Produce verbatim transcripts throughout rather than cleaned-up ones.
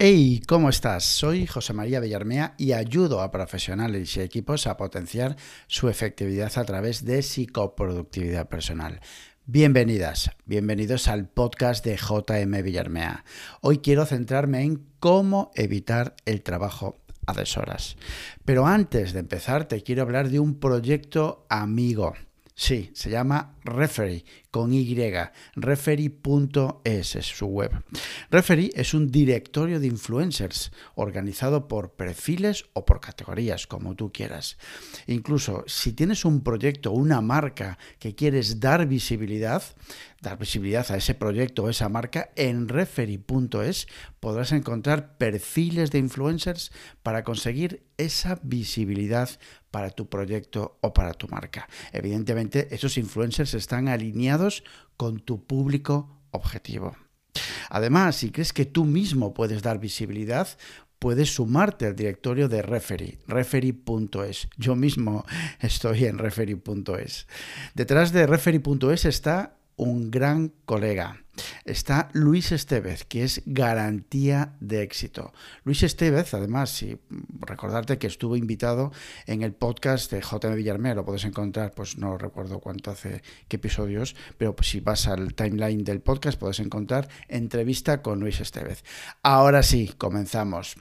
Hey, ¿cómo estás? Soy José María Bellarmea y ayudo a profesionales y equipos a potenciar su efectividad a través de psicoproductividad personal. Bienvenidas, bienvenidos al podcast de J M Bellarmea. Hoy quiero centrarme en cómo evitar el trabajo a deshoras. Pero antes de empezar te quiero hablar de un proyecto amigo. Sí, se llama Referee, con Y, referee punto es es su web. Referee es un directorio de influencers organizado por perfiles o por categorías, como tú quieras. Incluso si tienes un proyecto, una marca que quieres dar visibilidad, dar visibilidad a ese proyecto o esa marca, en referee punto es podrás encontrar perfiles de influencers para conseguir esa visibilidad para tu proyecto o para tu marca. Evidentemente, esos influencers están alineados con tu público objetivo. Además, si crees que tú mismo puedes dar visibilidad, puedes sumarte al directorio de Referee, referee punto es. Yo mismo estoy en referee punto es. Detrás de referee punto es está un gran colega. Está Luis Estevez, que es garantía de éxito. Luis Estevez, además, si recordarte que estuvo invitado en el podcast de J M Bellarmea, lo puedes encontrar, pues no recuerdo cuánto hace, qué episodios, pero pues si vas al timeline del podcast puedes encontrar entrevista con Luis Estevez. Ahora sí, comenzamos.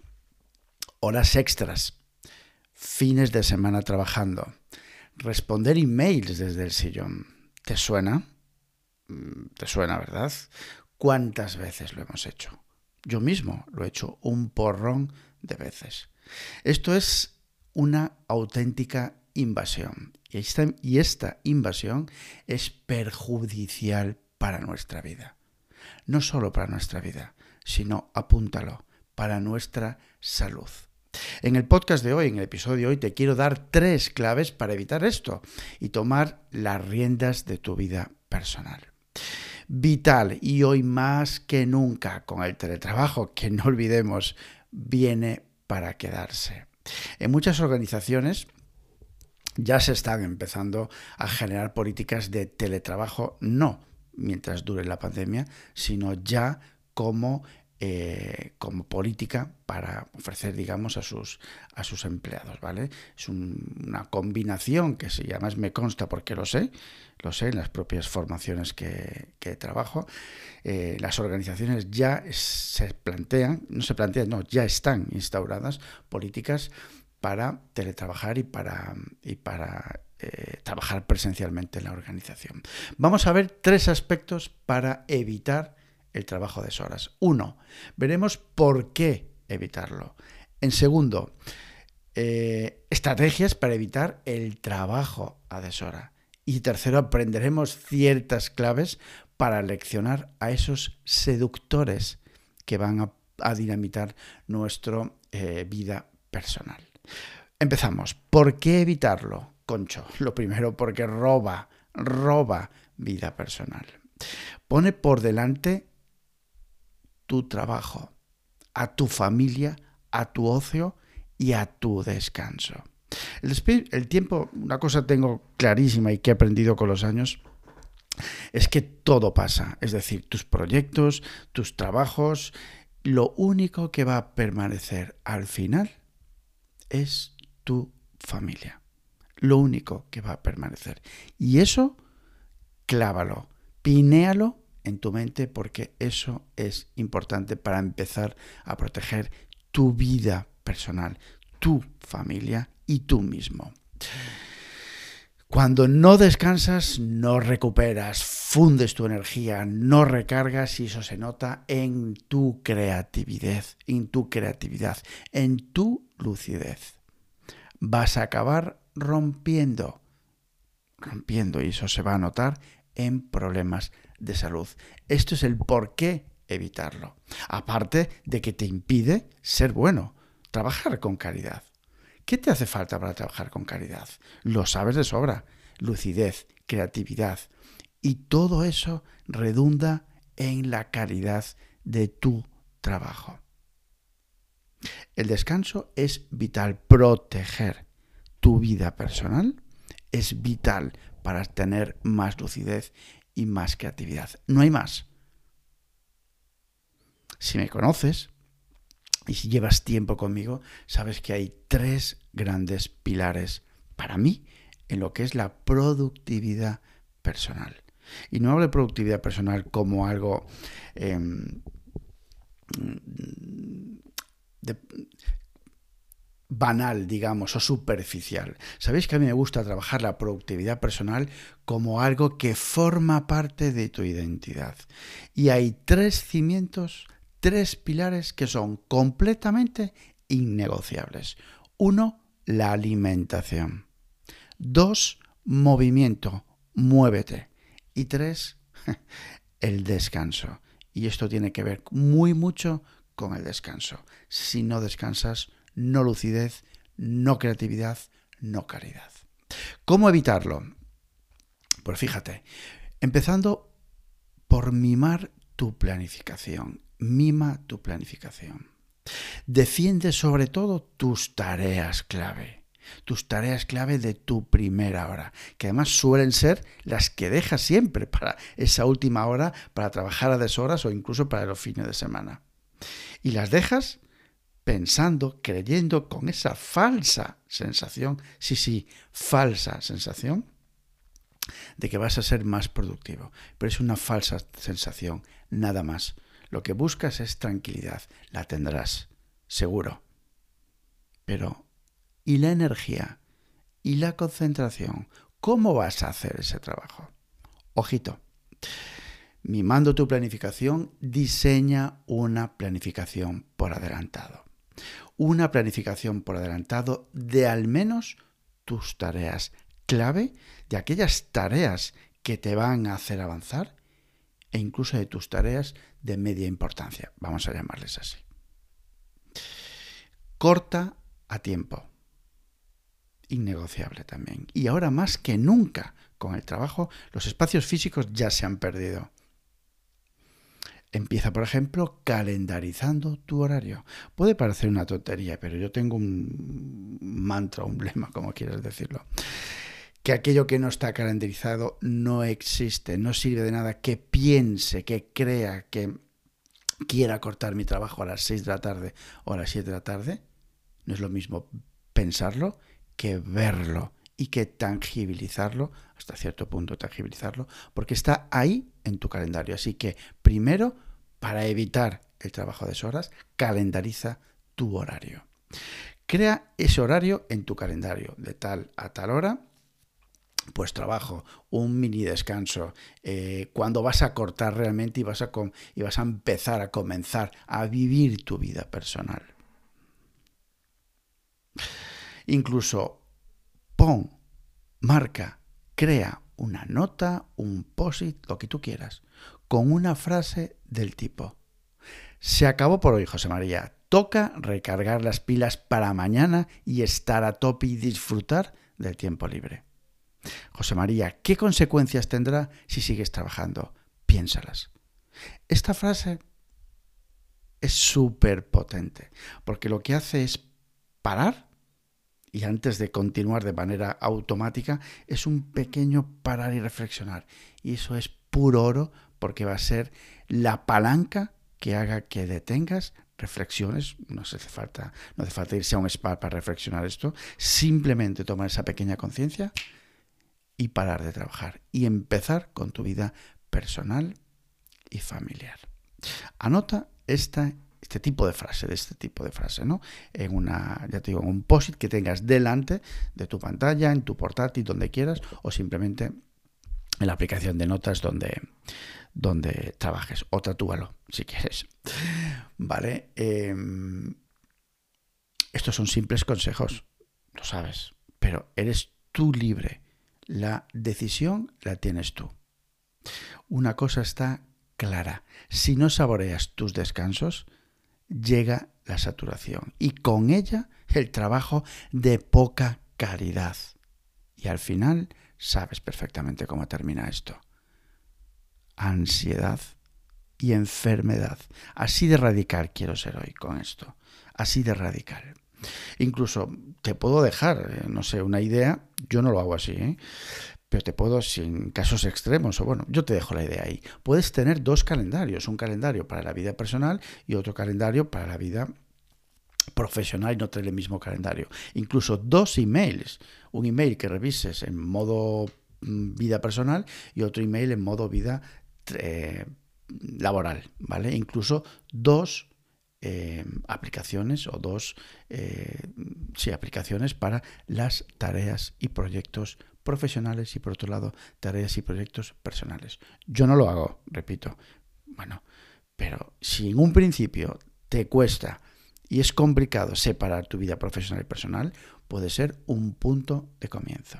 Horas extras, fines de semana trabajando, responder emails desde el sillón. ¿Te suena? ¿Te suena, verdad? ¿Cuántas veces lo hemos hecho? Yo mismo lo he hecho un porrón de veces. Esto es una auténtica invasión. Y esta, y esta invasión es perjudicial para nuestra vida. No solo para nuestra vida, sino, apúntalo, para nuestra salud. En el podcast de hoy, en el episodio de hoy, te quiero dar tres claves para evitar esto y tomar las riendas de tu vida personal. Vital, y hoy más que nunca con el teletrabajo, que no olvidemos, viene para quedarse. En muchas organizaciones ya se están empezando a generar políticas de teletrabajo, no mientras dure la pandemia, sino ya como Eh, como política para ofrecer, digamos, a sus, a sus empleados, ¿vale? Es un, una combinación que sí, además me consta porque lo sé, lo sé en las propias formaciones que, que trabajo. Eh, las organizaciones ya se plantean, no se plantean, no, ya están instauradas políticas para teletrabajar y para, y para eh, trabajar presencialmente en la organización. Vamos a ver tres aspectos para evitar el trabajo a deshoras. Uno, veremos por qué evitarlo. En segundo, eh, estrategias para evitar el trabajo a deshora. Y tercero, aprenderemos ciertas claves para leccionar a esos seductores que van a, a dinamitar nuestra eh, vida personal. Empezamos. ¿Por qué evitarlo, Concho? Lo primero, porque roba, roba vida personal. Pone por delante tu trabajo, a tu familia, a tu ocio y a tu descanso. El, el tiempo, una cosa tengo clarísima y que he aprendido con los años, es que todo pasa. Es decir, tus proyectos, tus trabajos, lo único que va a permanecer al final es tu familia. Lo único que va a permanecer. Y eso, clávalo, pinéalo en tu mente, porque eso es importante para empezar a proteger tu vida personal, tu familia y tú mismo. Cuando no descansas, no recuperas, fundes tu energía, no recargas y eso se nota en tu creatividad, en tu creatividad, en tu lucidez. Vas a acabar rompiendo, rompiendo y eso se va a notar en problemas de salud. Esto es el por qué evitarlo. Aparte de que te impide ser bueno, trabajar con calidad. ¿Qué te hace falta para trabajar con calidad? Lo sabes de sobra. Lucidez, creatividad. Y todo eso redunda en la calidad de tu trabajo. El descanso es vital. Proteger tu vida personal es vital para tener más lucidez y más creatividad. No hay más. Si me conoces, y si llevas tiempo conmigo, sabes que hay tres grandes pilares para mí en lo que es la productividad personal. Y no hablo de productividad personal como algo eh, de, banal, digamos, o superficial. Sabéis que a mí me gusta trabajar la productividad personal como algo que forma parte de tu identidad. Y hay tres cimientos, tres pilares que son completamente innegociables. Uno, la alimentación. Dos, movimiento, muévete. Y tres, el descanso. Y esto tiene que ver muy mucho con el descanso. Si no descansas, no lucidez, no creatividad, no caridad. ¿Cómo evitarlo? Pues fíjate, empezando por mimar tu planificación. Mima tu planificación. Defiende sobre todo tus tareas clave. Tus tareas clave de tu primera hora, que además suelen ser las que dejas siempre para esa última hora, para trabajar a deshoras o incluso para los fines de semana. Y las dejas pensando, creyendo, con esa falsa sensación, sí, sí, falsa sensación, de que vas a ser más productivo. Pero es una falsa sensación, nada más. Lo que buscas es tranquilidad, la tendrás, seguro. Pero, ¿y la energía? ¿Y la concentración? ¿Cómo vas a hacer ese trabajo? Ojito. Mimando tu planificación, diseña una planificación por adelantado. Una planificación por adelantado de al menos tus tareas clave, de aquellas tareas que te van a hacer avanzar e incluso de tus tareas de media importancia, vamos a llamarles así. Corta a tiempo. Innegociable también. Y ahora más que nunca con el trabajo, los espacios físicos ya se han perdido. Empieza, por ejemplo, calendarizando tu horario. Puede parecer una tontería, pero yo tengo un mantra, un lema, como quieras decirlo. Que aquello que no está calendarizado no existe, no sirve de nada que piense, que crea, que quiera cortar mi trabajo a las seis de la tarde o a las siete de la tarde. No es lo mismo pensarlo que verlo y que tangibilizarlo, hasta cierto punto tangibilizarlo, porque está ahí en tu calendario. Así que primero, para evitar el trabajo de deshoras, calendariza tu horario. Crea ese horario en tu calendario, de tal a tal hora, pues trabajo, un mini descanso, eh, cuando vas a cortar realmente y vas a, com- y vas a empezar a comenzar a vivir tu vida personal. Incluso pon, marca, crea una nota, un post-it, lo que tú quieras, con una frase del tipo: se acabó por hoy, José María. Toca recargar las pilas para mañana y estar a tope y disfrutar del tiempo libre. José María, ¿qué consecuencias tendrá si sigues trabajando? Piénsalas. Esta frase es súper potente, porque lo que hace es parar, y antes de continuar de manera automática, es un pequeño parar y reflexionar. Y eso es puro oro, porque va a ser la palanca que haga que detengas, reflexiones. No hace falta, no hace falta irse a un spa para reflexionar esto. Simplemente tomar esa pequeña conciencia y parar de trabajar. Y empezar con tu vida personal y familiar. Anota esta este tipo de frase, de este tipo de frase, ¿no? En una, ya te digo, en un post-it que tengas delante de tu pantalla, en tu portátil, donde quieras, o simplemente en la aplicación de notas donde, donde trabajes, o tatúalo, si quieres. Vale. Eh, estos son simples consejos, lo sabes, pero eres tú libre. La decisión la tienes tú. Una cosa está clara: si no saboreas tus descansos, llega la saturación y con ella el trabajo de poca calidad. Y al final sabes perfectamente cómo termina esto: ansiedad y enfermedad. Así de radical quiero ser hoy con esto. Así de radical. Incluso te puedo dejar, no sé, una idea. Yo no lo hago así, ¿eh? Pero te puedo, sin casos extremos, o bueno, yo te dejo la idea ahí. Puedes tener dos calendarios, un calendario para la vida personal y otro calendario para la vida profesional y no tener el mismo calendario. Incluso dos emails. Un email que revises en modo mm, vida personal y otro email en modo vida eh, laboral, ¿vale? Incluso dos eh, aplicaciones o dos eh, sí, aplicaciones para las tareas y proyectos profesionales y, por otro lado, tareas y proyectos personales. Yo no lo hago, repito. Bueno, pero si en un principio te cuesta y es complicado separar tu vida profesional y personal, puede ser un punto de comienzo.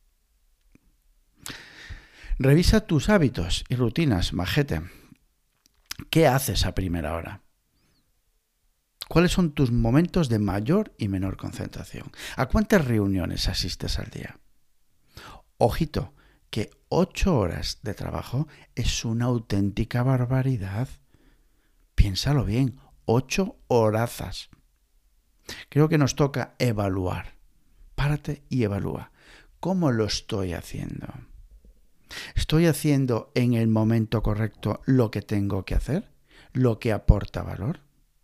Revisa tus hábitos y rutinas, majete. ¿Qué haces a primera hora? ¿Cuáles son tus momentos de mayor y menor concentración? ¿A cuántas reuniones asistes al día? Ojito, que ocho horas de trabajo es una auténtica barbaridad. Piénsalo bien, ocho horazas. Creo que nos toca evaluar. Párate y evalúa. ¿Cómo lo estoy haciendo? ¿Estoy haciendo en el momento correcto lo que tengo que hacer? ¿Lo que aporta valor?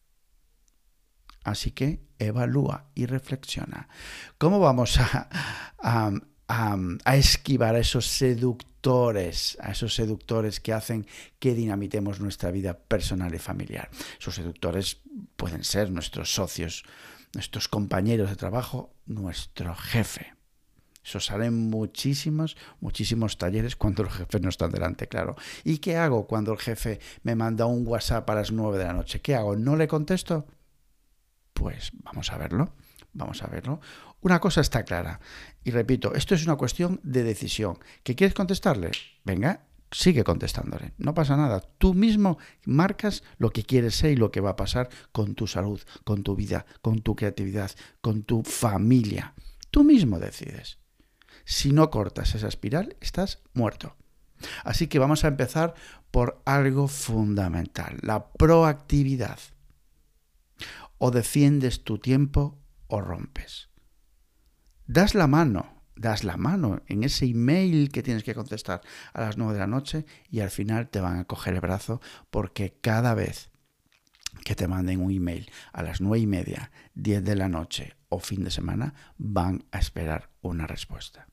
Así que evalúa y reflexiona. ¿Cómo vamos a, a, a, a esquivar a esos seductores, a esos seductores que hacen que dinamitemos nuestra vida personal y familiar? Esos seductores pueden ser nuestros socios, nuestros compañeros de trabajo, nuestro jefe. Eso sale en muchísimos, muchísimos talleres cuando el jefe no está delante, claro. ¿Y qué hago cuando el jefe me manda un WhatsApp a las nueve de la noche? ¿Qué hago? ¿No le contesto? Pues vamos a verlo, vamos a verlo. Una cosa está clara, y repito, esto es una cuestión de decisión. ¿Que quieres contestarle? Venga, sigue contestándole, no pasa nada. Tú mismo marcas lo que quieres ser y lo que va a pasar con tu salud, con tu vida, con tu creatividad, con tu familia. Tú mismo decides. Si no cortas esa espiral, estás muerto. Así que vamos a empezar por algo fundamental, la proactividad. O defiendes tu tiempo o rompes. Das la mano, das la mano en ese email que tienes que contestar a las nueve de la noche y al final te van a coger el brazo porque cada vez que te manden un email a las nueve y media, diez de la noche o fin de semana, van a esperar una respuesta.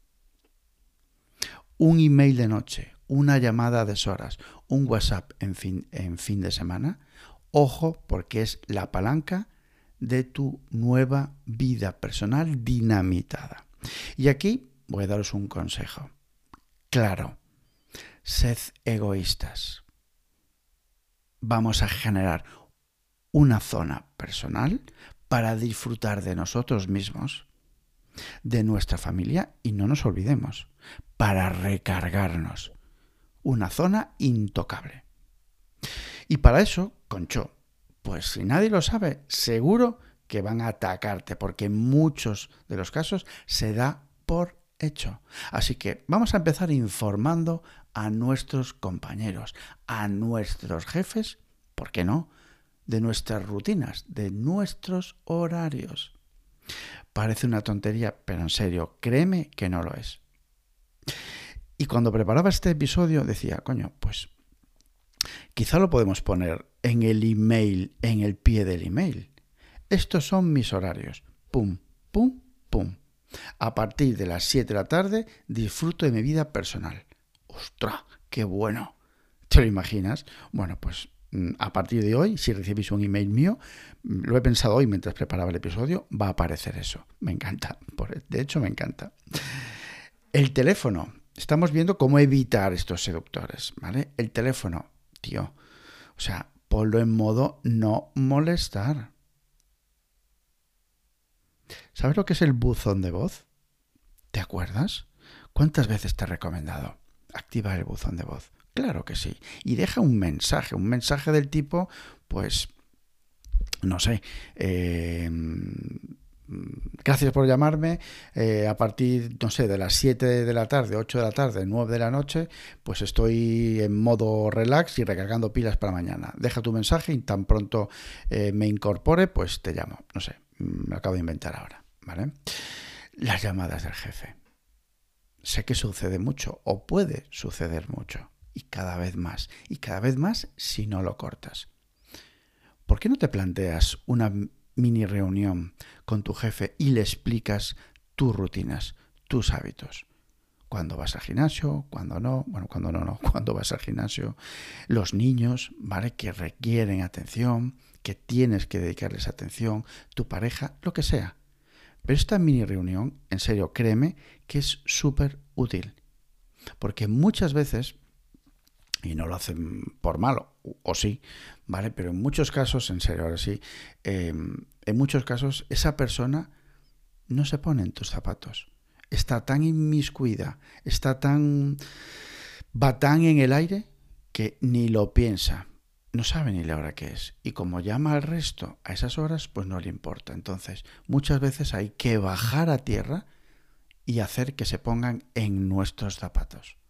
Un email de noche, una llamada a deshoras, un WhatsApp en fin, en fin de semana, ojo, porque es la palanca de tu nueva vida personal dinamitada. Y aquí voy a daros un consejo. Claro, sed egoístas. Vamos a generar una zona personal para disfrutar de nosotros mismos, de nuestra familia y no nos olvidemos, para recargarnos. Una zona intocable. Y para eso, concho, pues si nadie lo sabe, seguro que van a atacarte, porque en muchos de los casos se da por hecho. Así que vamos a empezar informando a nuestros compañeros, a nuestros jefes, ¿por qué no?, de nuestras rutinas, de nuestros horarios. Parece una tontería, pero en serio, créeme que no lo es. Y cuando preparaba este episodio decía, coño, pues quizá lo podemos poner en el email, en el pie del email. Estos son mis horarios. Pum, pum, pum. A partir de las siete de la tarde disfruto de mi vida personal. ¡Ostras! ¡Qué bueno! ¿Te lo imaginas? Bueno, pues a partir de hoy, si recibís un email mío, lo he pensado hoy mientras preparaba el episodio, va a aparecer eso. Me encanta. De hecho, me encanta. El teléfono. Estamos viendo cómo evitar estos seductores, ¿vale? El teléfono, tío. O sea, ponlo en modo no molestar. ¿Sabes lo que es el buzón de voz? ¿Te acuerdas? ¿Cuántas veces te he recomendado activar el buzón de voz? Claro que sí. Y deja un mensaje, un mensaje del tipo, pues, no sé, eh, gracias por llamarme, eh, a partir, no sé, de las siete de la tarde, ocho de la tarde, nueve de la noche, pues estoy en modo relax y recargando pilas para mañana. Deja tu mensaje y tan pronto eh, me incorpore, pues te llamo. No sé, me acabo de inventar ahora, ¿vale? Las llamadas del jefe. Sé que sucede mucho o puede suceder mucho y cada vez más y cada vez más si no lo cortas. ¿Por qué no te planteas una mini reunión con tu jefe y le explicas tus rutinas, tus hábitos. Cuando vas al gimnasio, cuando no, bueno, cuando no, no, cuando vas al gimnasio, los niños, ¿vale? Que requieren atención, que tienes que dedicarles atención, tu pareja, lo que sea. Pero esta mini reunión, en serio, créeme que es súper útil. Porque muchas veces, y no lo hacen por malo, o sí, ¿vale? Pero en muchos casos, en serio, ahora sí, eh, en muchos casos esa persona no se pone en tus zapatos. Está tan inmiscuida, está tan, va tan en el aire que ni lo piensa. No sabe ni la hora que es. Y como llama al resto a esas horas, pues no le importa. Entonces, muchas veces hay que bajar a tierra y hacer que se pongan en nuestros zapatos.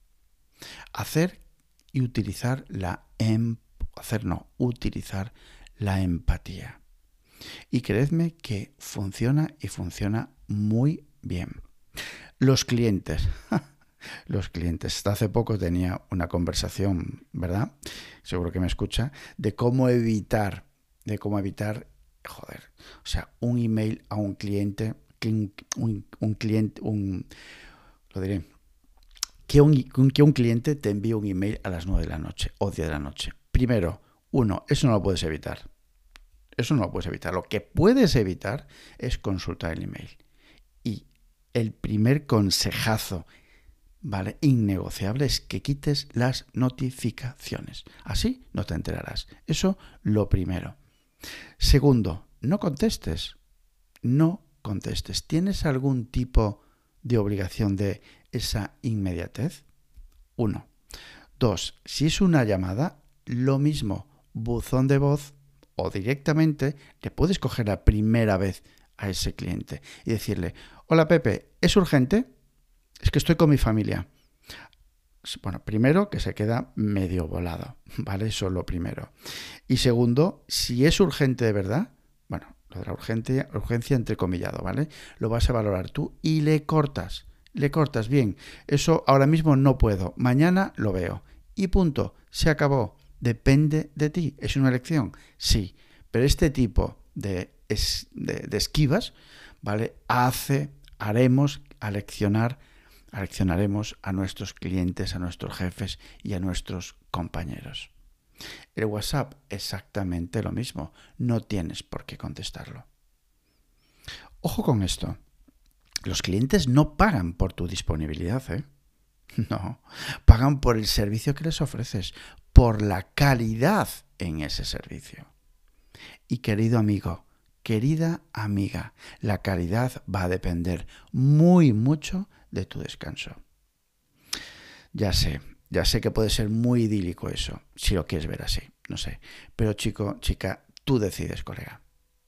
Hacer y utilizar la em, hacer no, utilizar la empatía. Y creedme que funciona y funciona muy bien. Los clientes. Los clientes. Hasta hace poco tenía una conversación, ¿verdad? Seguro que me escucha, de cómo evitar, de cómo evitar, joder, o sea, un email a un cliente, que un, un, un cliente, un, lo diré, que un, que un cliente te envíe un email a las nueve de la noche o diez de la noche. Primero, uno, eso no lo puedes evitar. Eso no lo puedes evitar. Lo que puedes evitar es consultar el email. Y el primer consejazo, ¿vale?, innegociable es que quites las notificaciones. Así no te enterarás. Eso lo primero. Segundo, no contestes. No contestes. ¿Tienes algún tipo de obligación de esa inmediatez? Uno. Dos, si es una llamada, lo mismo, buzón de voz o directamente le puedes coger la primera vez a ese cliente y decirle: hola Pepe, ¿es urgente? Es que estoy con mi familia. Bueno, primero que se queda medio volado, ¿vale? Eso es lo primero. Y segundo, si es urgente de verdad, bueno, lo de la urgencia, urgencia entrecomillado, ¿vale? Lo vas a valorar tú y le cortas, le cortas bien. Eso ahora mismo no puedo, mañana lo veo. Y punto, se acabó. Depende de ti. ¿Es una elección? Sí. Pero este tipo de, de, de esquivas, ¿vale?, hace, haremos aleccionar Aleccionaremos a nuestros clientes, a nuestros jefes y a nuestros compañeros. El WhatsApp, exactamente lo mismo. No tienes por qué contestarlo. Ojo con esto. Los clientes no pagan por tu disponibilidad, ¿eh? No. Pagan por el servicio que les ofreces, por la calidad en ese servicio. Y querido amigo, querida amiga, la calidad va a depender muy mucho de tu descanso. Ya sé, ya sé que puede ser muy idílico eso, si lo quieres ver así, no sé. Pero chico, chica, tú decides, colega.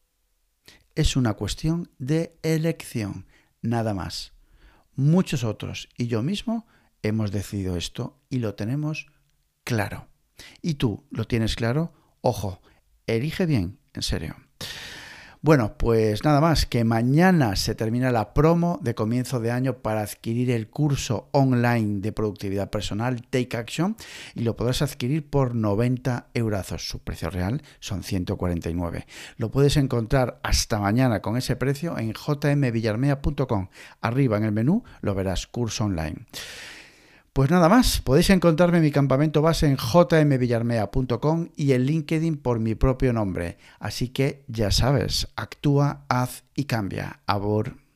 Es una cuestión de elección, nada más. Muchos otros y yo mismo hemos decidido esto y lo tenemos claro. ¿Y tú lo tienes claro? Ojo, elige bien, en serio. Bueno, pues nada más, que mañana se termina la promo de comienzo de año para adquirir el curso online de productividad personal Take Action y lo podrás adquirir por noventa euros. Su precio real son ciento cuarenta y nueve. Lo puedes encontrar hasta mañana con ese precio en j m villarmea punto com. Arriba en el menú lo verás, curso online. Pues nada más, podéis encontrarme en mi campamento base en j m villarmea punto com y en LinkedIn por mi propio nombre. Así que ya sabes, actúa, haz y cambia. Abur.